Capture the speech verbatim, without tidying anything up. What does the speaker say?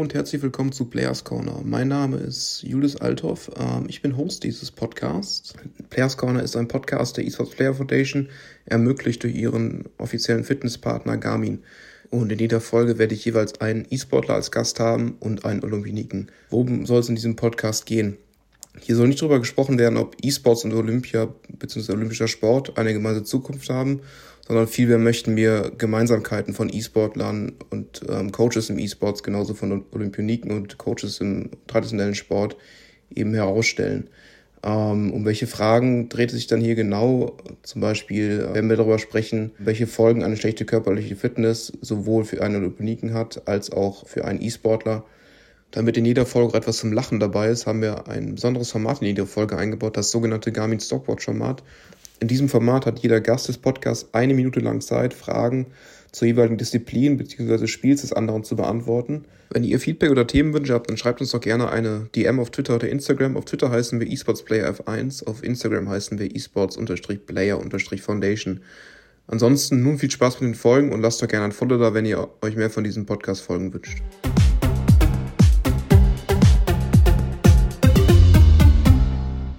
und herzlich willkommen zu Players Corner. Mein Name ist Julius Althoff, ähm, ich bin Host dieses Podcasts. Players Corner ist ein Podcast der eSports Player Foundation, ermöglicht durch ihren offiziellen Fitnesspartner Garmin. Und in jeder Folge werde ich jeweils einen E-Sportler als Gast haben und einen Olympioniken. Worum soll es in diesem Podcast gehen? Hier soll nicht darüber gesprochen werden, ob E-Sports und Olympia bzw. olympischer Sport eine gemeinsame Zukunft haben, sondern vielmehr möchten wir Gemeinsamkeiten von E-Sportlern und ähm, Coaches im E-Sports, genauso von Olympioniken und Coaches im traditionellen Sport eben herausstellen. Ähm, um welche Fragen dreht es sich dann hier genau? Zum Beispiel werden wir darüber sprechen, welche Folgen eine schlechte körperliche Fitness sowohl für einen Olympioniken hat, als auch für einen E-Sportler. Damit in jeder Folge etwas zum Lachen dabei ist, haben wir ein besonderes Format in jede Folge eingebaut, das sogenannte Garmin Stopwatch-Format. In diesem Format hat jeder Gast des Podcasts eine Minute lang Zeit, Fragen zur jeweiligen Disziplin bzw. Spiels des anderen zu beantworten. Wenn ihr Feedback oder Themenwünsche habt, dann schreibt uns doch gerne eine D M auf Twitter oder Instagram. Auf Twitter heißen wir eSportsPlayer F eins, auf Instagram heißen wir eSports-Player-Foundation. Ansonsten nun viel Spaß mit den Folgen und lasst doch gerne ein Follow da, wenn ihr euch mehr von diesen Podcast-Folgen wünscht.